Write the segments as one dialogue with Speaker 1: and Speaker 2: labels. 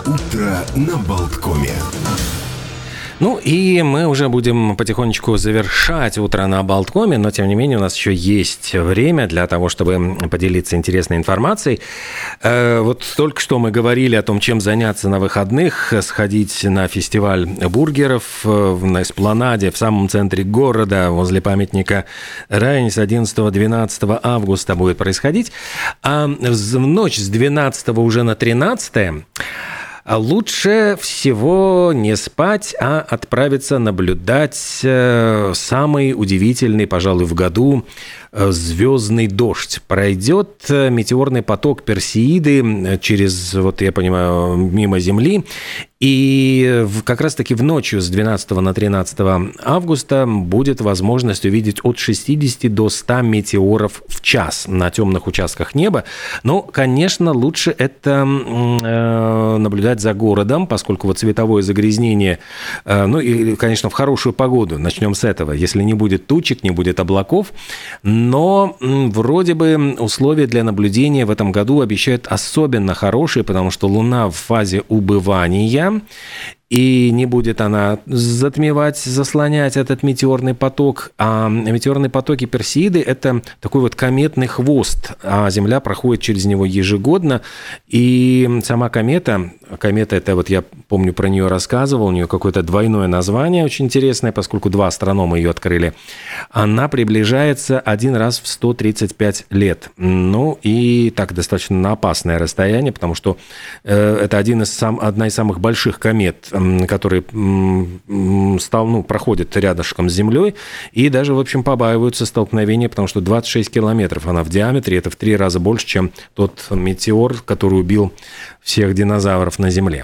Speaker 1: Утро на Болткоме.
Speaker 2: Ну и мы уже будем потихонечку завершать утро на Болткоме, но тем не менее у нас еще есть время для того, чтобы поделиться интересной информацией. Вот только что мы говорили о том, чем заняться на выходных, сходить на фестиваль бургеров на Эспланаде в самом центре города, возле памятника Райни, с 11-12 августа будет происходить, а в ночь с 12 уже на 13 лучше всего не спать, а отправиться наблюдать самый удивительный, пожалуй, в году звездный дождь. Пройдет метеорный поток Персеиды через, вот я понимаю, мимо Земли. И как раз-таки в ночью с 12 на 13 августа будет возможность увидеть от 60 до 100 метеоров в час на темных участках неба. Но, конечно, лучше это наблюдать за городом, поскольку вот цветовое загрязнение, ну и, конечно, в хорошую погоду, начнем с этого, если не будет тучек, не будет облаков, но вроде бы условия для наблюдения в этом году обещают особенно хорошие, потому что Луна в фазе убывания, и не будет она затмевать, заслонять этот метеорный поток. А метеорные потоки Персеиды – это такой вот кометный хвост, а Земля проходит через него ежегодно. И сама комета это вот я помню, про нее рассказывал, у нее какое-то двойное название очень интересное, поскольку два астронома ее открыли. Она приближается один раз в 135 лет. Ну и так достаточно на опасное расстояние, потому что это одна из самых больших комет, которые проходят рядышком с Землей и даже, в общем, побаиваются столкновения, потому что 26 километров она в диаметре, это в 3 раза больше, чем тот метеор, который убил всех динозавров на Земле.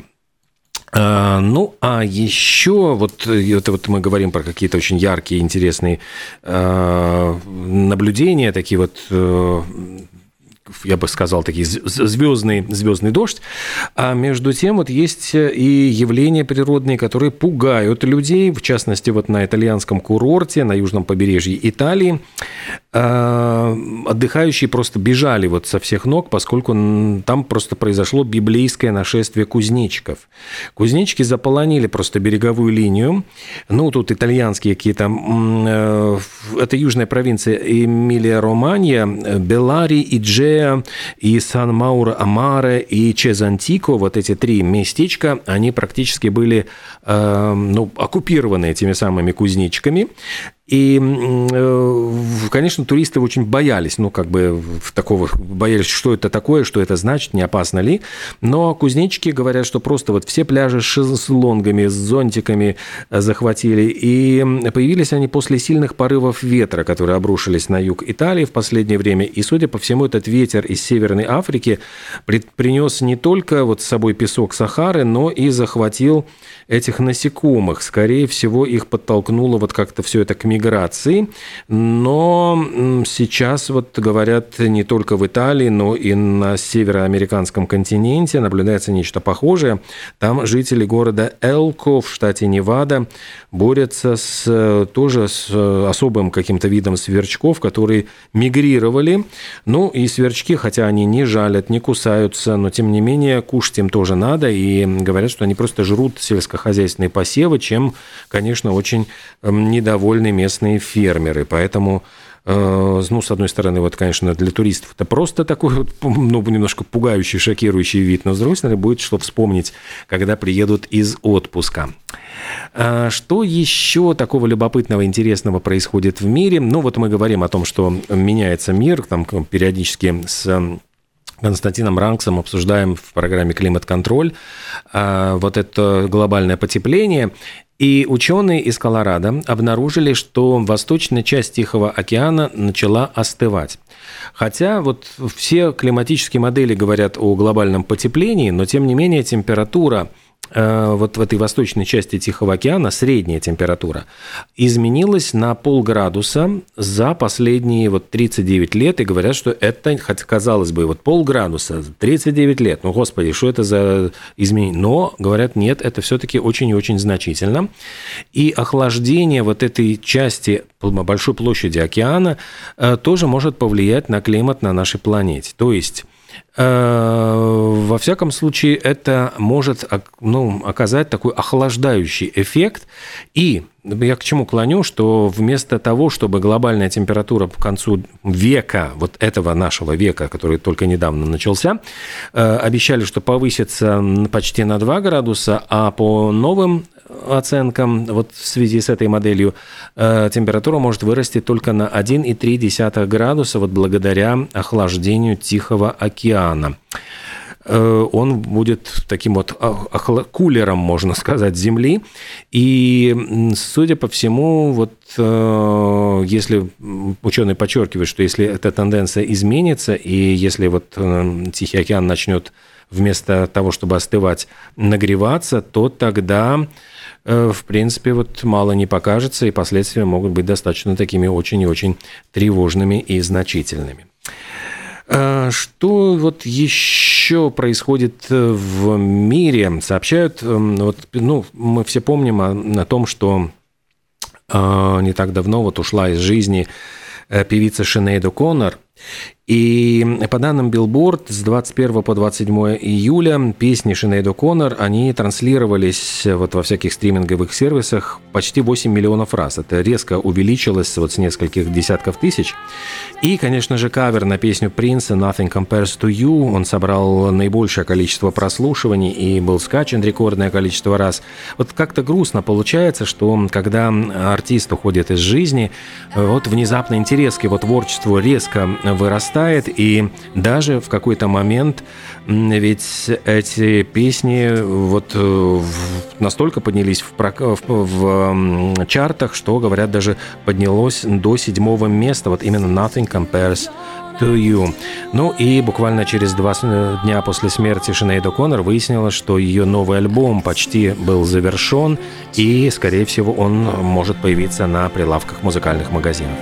Speaker 2: Ну, а еще вот мы говорим про какие-то очень яркие, интересные наблюдения, такие вот, я бы сказал, такие звездный дождь. А между тем вот есть и явления природные, которые пугают людей, в частности, вот на итальянском курорте, на южном побережье Италии. Отдыхающие просто бежали вот со всех ног, поскольку там просто произошло библейское нашествие кузнечиков. Кузнечики заполонили просто береговую линию. Ну, тут итальянские какие-то... Это южная провинция Эмилия-Романья, Беллари, Иджея и Сан-Мауро-Амаре и Чезантико. Вот эти три местечка, они практически были оккупированы этими самыми кузнечиками. И, конечно, туристы очень боялись, боялись, что это такое, что это значит, не опасно ли. Но кузнечики говорят, что просто вот все пляжи с шезлонгами, с зонтиками захватили. И появились они после сильных порывов ветра, которые обрушились на юг Италии в последнее время. И, судя по всему, этот ветер из Северной Африки принес не только вот с собой песок Сахары, но и захватил этих насекомых. Скорее всего, их подтолкнуло вот как-то все это к миграции. Но сейчас, вот говорят, не только в Италии, но и на североамериканском континенте наблюдается нечто похожее. Там жители города Элко в штате Невада борются тоже с особым каким-то видом сверчков, которые мигрировали. Ну и сверчки, хотя они не жалят, не кусаются, но тем не менее кушать им тоже надо. И говорят, что они просто жрут сельскохозяйственные посевы, чем, конечно, очень недовольны местные фермеры. Поэтому, с одной стороны, вот, конечно, для туристов это просто такой вот, немножко пугающий, шокирующий вид, но, с другой стороны, будет что вспомнить, когда приедут из отпуска. Что еще такого любопытного, интересного происходит в мире? Вот мы говорим о том, что меняется мир, там периодически с Константином Ранксом обсуждаем в программе «Климат-контроль» вот это глобальное потепление. И ученые из Колорадо обнаружили, что восточная часть Тихого океана начала остывать. Хотя вот все климатические модели говорят о глобальном потеплении, но тем не менее температура вот в этой восточной части Тихого океана, средняя температура, изменилась на полградуса за последние 39 лет. И говорят, что это, хотя казалось бы, полградуса, 39 лет. Господи, что это за изменение? Но, говорят, нет, это все-таки очень и очень значительно. И охлаждение вот этой части большой площади океана тоже может повлиять на климат на нашей планете. То есть Во всяком случае, это может оказать такой охлаждающий эффект. И я к чему клоню, что вместо того, чтобы глобальная температура к концу века, вот этого нашего века, который только недавно начался, обещали, что повысится почти на 2 градуса, а по новым оценкам, вот в связи с этой моделью, температура может вырасти только на 1,3 градуса, вот благодаря охлаждению Тихого океана. Он будет таким вот кулером, можно сказать, Земли. И, судя по всему, вот если ученые подчеркивают, что если эта тенденция изменится, и если вот Тихий океан начнет вместо того, чтобы остывать, нагреваться, то тогда, в принципе, вот мало не покажется, и последствия могут быть достаточно такими очень и очень тревожными и значительными. Что вот еще происходит в мире? Сообщают, мы все помним о том, что не так давно вот ушла из жизни певица Синеад О'Коннор. И по данным Billboard, с 21 по 27 июля песни Синеад О'Коннор, они транслировались вот во всяких стриминговых сервисах почти 8 миллионов раз. Это резко увеличилось вот с нескольких десятков тысяч. И, конечно же, кавер на песню Принса «Nothing Compares to You», он собрал наибольшее количество прослушиваний и был скачан рекордное количество раз. Вот как-то грустно получается, что когда артист уходит из жизни, вот внезапно интерес к его творчеству резко вырастает, и даже в какой-то момент ведь эти песни вот настолько поднялись в чартах, что, говорят, даже поднялось до 7-го места, вот именно «Nothing Compares to You». Ну и буквально через 2 дня после смерти Синеад О'Коннор выяснилось, что ее новый альбом почти был завершен, и, скорее всего, он может появиться на прилавках музыкальных магазинов.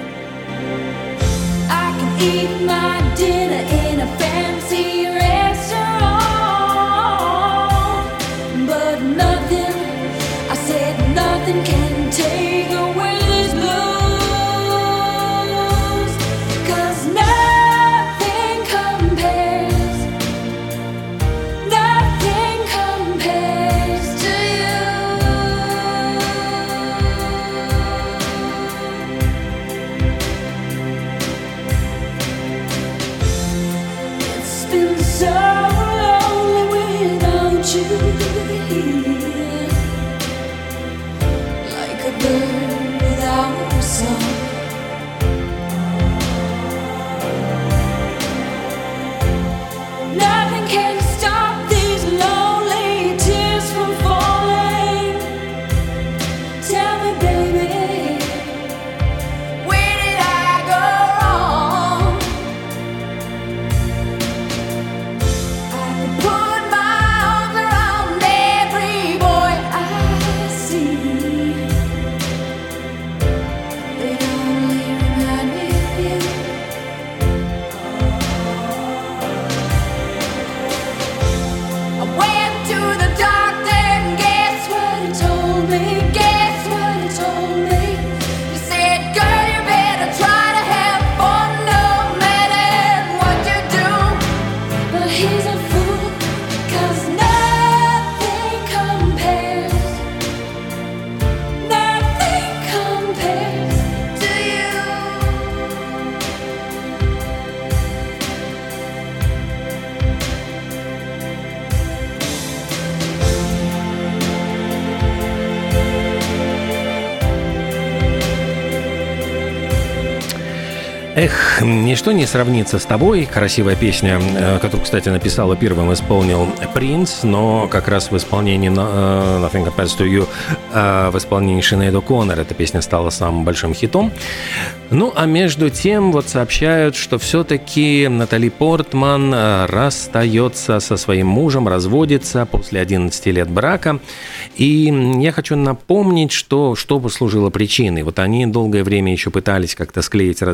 Speaker 3: Eat my dinner in a fancy restaurant, but nothing, I said nothing can take away this blues, 'cause nothing compares to you. So lonely without you here, like a bird without a song. Nothing can stop these lonely tears from falling. Tell me, baby, where did I go wrong? Put my arms around every boy I see. They only remind me of you. I went to the doctor and guess what he told me? Guess what he told me? He said, girl, you better try to have fun no matter what you do. But he's a fool, 'cause nothing compares to you.
Speaker 2: Эх, ничто не сравнится с тобой. Красивая песня, которую, кстати, написал и первым исполнил Принц, но как раз в исполнении Nothing Compares to You, в исполнении Синеад О'Коннор эта песня стала самым большим хитом. Ну, а между тем вот сообщают, что все-таки Натали Портман расстается со своим мужем, разводится после 11 лет брака. И я хочу напомнить, что послужило причиной. Вот они долгое время еще пытались как-то склеить разбитую чашку,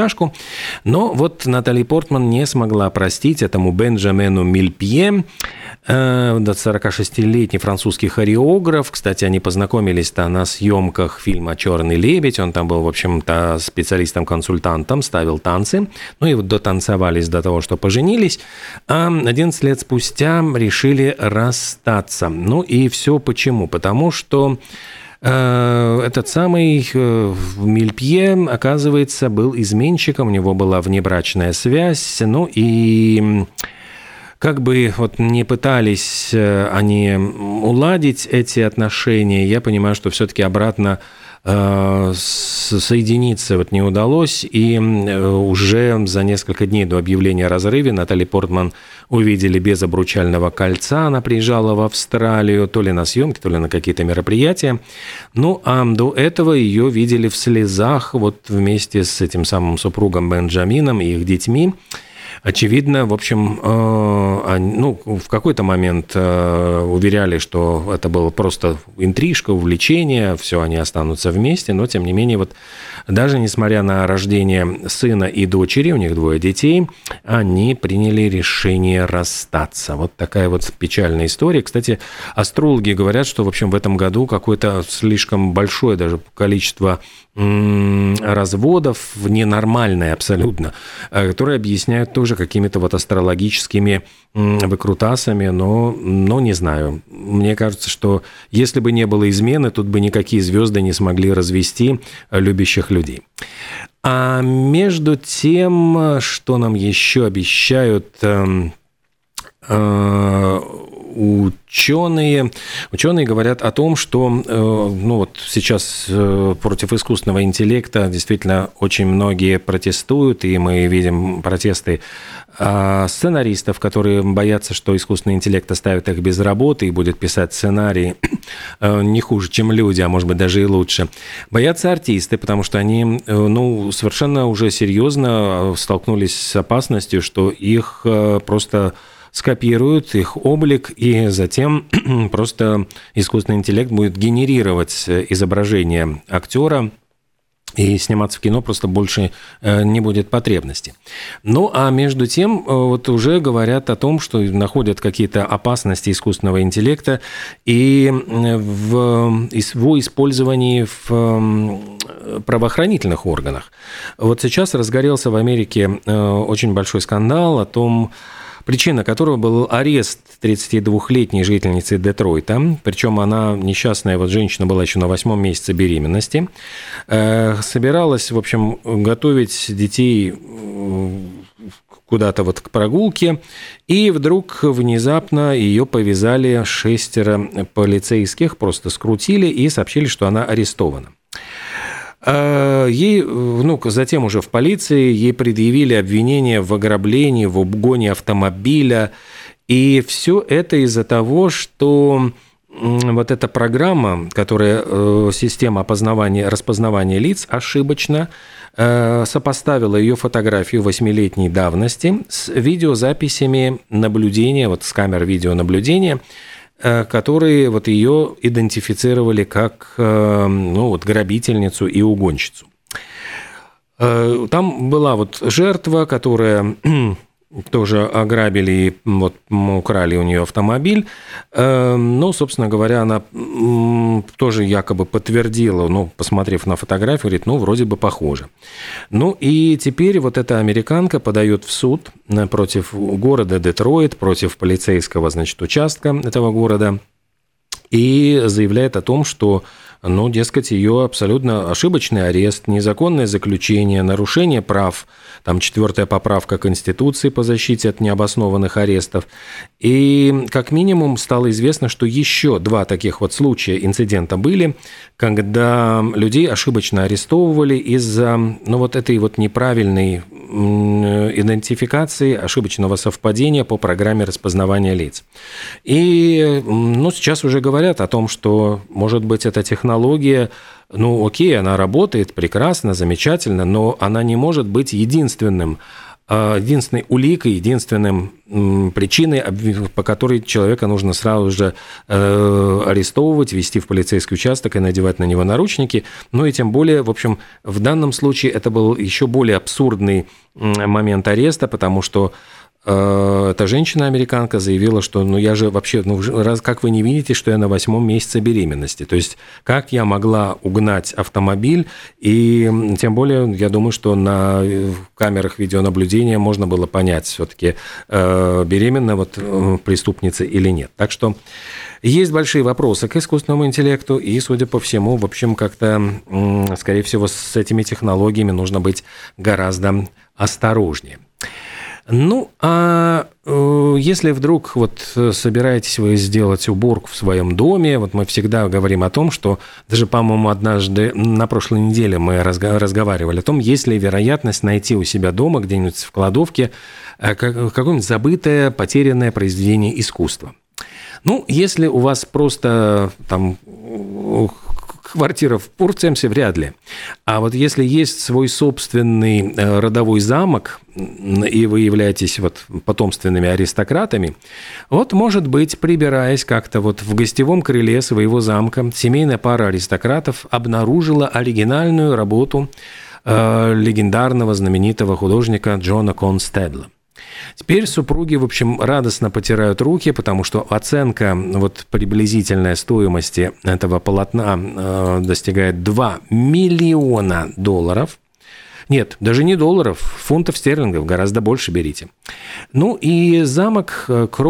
Speaker 2: рубашку. Но вот Натали Портман не смогла простить этому Бенджамену Мильпье, 46-летний французский хореограф. Кстати, они познакомились-то на съемках фильма «Черный лебедь». Он там был, в общем-то, специалистом-консультантом, ставил танцы. Ну и вот дотанцевались до того, что поженились. А 11 лет спустя решили расстаться. Ну и все почему? Потому что этот самый Мильпье, оказывается, был изменщиком, у него была внебрачная связь, ну и как бы вот не пытались они уладить эти отношения, я понимаю, что все-таки обратно соединиться вот не удалось, и уже за несколько дней до объявления о разрыве Натали Портман увидели без обручального кольца. Она приезжала в Австралию то ли на съемки, то ли на какие-то мероприятия. Ну, а до этого ее видели в слезах вот вместе с этим самым супругом Бенджамином и их детьми. Очевидно, в общем, в какой-то момент уверяли, что это было просто интрижка, увлечение, все, они останутся вместе, но, тем не менее, вот даже несмотря на рождение сына и дочери, у них 2 детей, они приняли решение расстаться. Вот такая вот печальная история. Кстати, астрологи говорят, что, в общем, в этом году какое-то слишком большое даже количество разводов, ненормальное абсолютно, которые объясняют тоже какими-то вот астрологическими выкрутасами, но не знаю. Мне кажется, что если бы не было измены, тут бы никакие звезды не смогли развести любящих людей. А между тем, что нам еще обещают ученые говорят о том, что сейчас против искусственного интеллекта действительно очень многие протестуют, и мы видим протесты сценаристов, которые боятся, что искусственный интеллект оставит их без работы и будет писать сценарии не хуже, чем люди, а может быть даже и лучше. Боятся артисты, потому что они совершенно уже серьезно столкнулись с опасностью, что их просто скопируют, их облик, и затем просто искусственный интеллект будет генерировать изображение актера, и сниматься в кино просто больше не будет потребности. Ну, а между тем, вот уже говорят о том, что находят какие-то опасности искусственного интеллекта и в его использовании в правоохранительных органах. Вот сейчас разгорелся в Америке очень большой скандал о том, причина которого был арест 32-летней жительницы Детройта, причем она, несчастная вот женщина, была еще на 8-м месяце беременности, собиралась, в общем, готовить детей куда-то вот к прогулке, и вдруг внезапно ее повязали 6 полицейских, просто скрутили и сообщили, что она арестована. Ей, затем уже в полиции ей предъявили обвинение в ограблении, в угоне автомобиля. И все это из-за того, что вот эта программа, которая система распознавания лиц, ошибочно сопоставила ее фотографию 8-летней давности с видеозаписями наблюдения, вот с камер видеонаблюдения, которые вот ее идентифицировали как грабительницу и угонщицу. Там была вот жертва, которая тоже ограбили и вот украли у нее автомобиль. Но, собственно говоря, она тоже якобы подтвердила, посмотрев на фотографию, говорит, вроде бы похоже. Ну и теперь вот эта американка подает в суд против города Детройт, против полицейского, участка этого города и заявляет о том, что дескать, ее абсолютно ошибочный арест, незаконное заключение, нарушение прав, там 4-я поправка Конституции по защите от необоснованных арестов. И как минимум стало известно, что еще 2 таких вот случая, инцидента были, когда людей ошибочно арестовывали из-за этой вот неправильной идентификации, ошибочного совпадения по программе распознавания лиц. И сейчас уже говорят о том, что, может быть, эта технология, окей, она работает прекрасно, замечательно, но она не может быть единственным единственной уликой, единственным причиной, по которой человека нужно сразу же арестовывать, вести в полицейский участок и надевать на него наручники. Ну и тем более, в общем, в данном случае это был еще более абсурдный момент ареста, потому что эта женщина-американка заявила, что я же вообще, как вы не видите, что я на 8-м месяце беременности? То есть как я могла угнать автомобиль? И тем более, я думаю, что на камерах видеонаблюдения можно было понять, все-таки беременна преступница или нет. Так что есть большие вопросы к искусственному интеллекту, и, судя по всему, в общем, как-то, скорее всего, с этими технологиями нужно быть гораздо осторожнее. Ну, а если вдруг собираетесь вы сделать уборку в своем доме, мы всегда говорим о том, что даже, по-моему, однажды на прошлой неделе мы разговаривали о том, есть ли вероятность найти у себя дома где-нибудь в кладовке какое-нибудь забытое, потерянное произведение искусства. Ну, если у вас просто там квартира в Пурцемсе, вряд ли. А вот если есть свой собственный родовой замок, и вы являетесь потомственными аристократами, может быть, прибираясь как-то в гостевом крыле своего замка, семейная пара аристократов обнаружила оригинальную работу легендарного знаменитого художника Джона Констебла. Теперь супруги, в общем, радостно потирают руки, потому что оценка приблизительной стоимости этого полотна достигает $2 миллиона. Нет, даже не долларов, фунтов стерлингов, гораздо больше берите. Ну и замок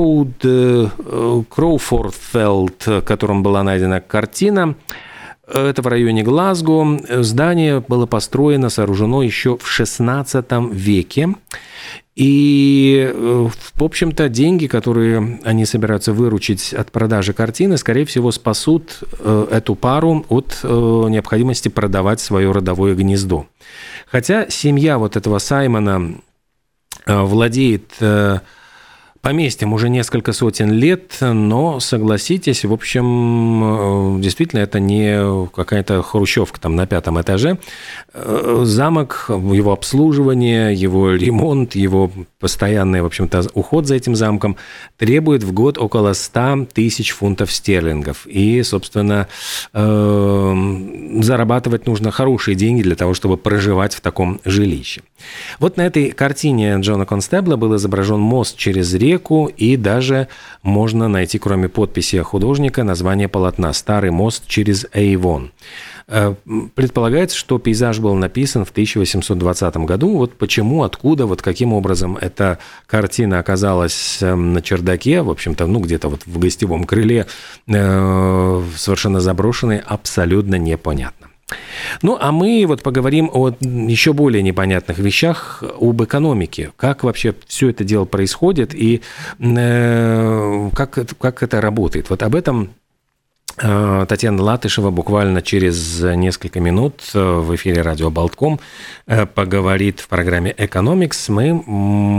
Speaker 2: Кроуфордфелд, в котором была найдена картина, это в районе Глазго. Здание было построено, сооружено еще в XVI веке. И, в общем-то, деньги, которые они собираются выручить от продажи картины, скорее всего, спасут эту пару от необходимости продавать свое родовое гнездо. Хотя семья этого Саймона владеет поместьем уже несколько сотен лет, но, согласитесь, в общем, действительно, это не какая-то хрущевка там на 5-м этаже. Замок, его обслуживание, его ремонт, его постоянный, в общем-то, уход за этим замком требует в год около 100 тысяч фунтов стерлингов. И, собственно, зарабатывать нужно хорошие деньги для того, чтобы проживать в таком жилище. На этой картине Джона Констебла был изображен мост через реку, и даже можно найти, кроме подписи художника, название полотна «Старый мост через Эйвон». Предполагается, что пейзаж был написан в 1820 году. Почему, откуда, каким образом эта картина оказалась на чердаке, в общем-то, где-то в гостевом крыле, совершенно заброшенной, абсолютно непонятно. Ну, а мы поговорим о еще более непонятных вещах, об экономике. Как вообще все это дело происходит и как это работает. Об этом Татьяна Латышева буквально через несколько минут в эфире радио Болтком поговорит в программе «Экономикс».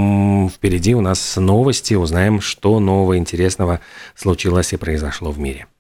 Speaker 2: Впереди у нас новости, узнаем, что нового интересного случилось и произошло в мире.